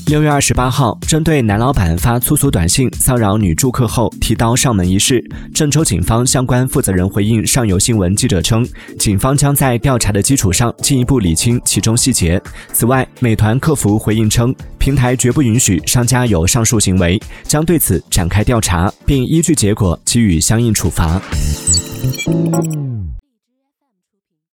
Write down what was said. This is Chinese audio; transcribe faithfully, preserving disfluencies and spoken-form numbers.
六月二十八号，针对男老板发粗俗短信骚扰女住客后提刀上门一事，郑州警方相关负责人回应上游新闻记者称，警方将在调查的基础上进一步理清其中细节。此外，美团客服回应称，平台绝不允许商家有上述行为，将对此展开调查，并依据结果给予相应处罚。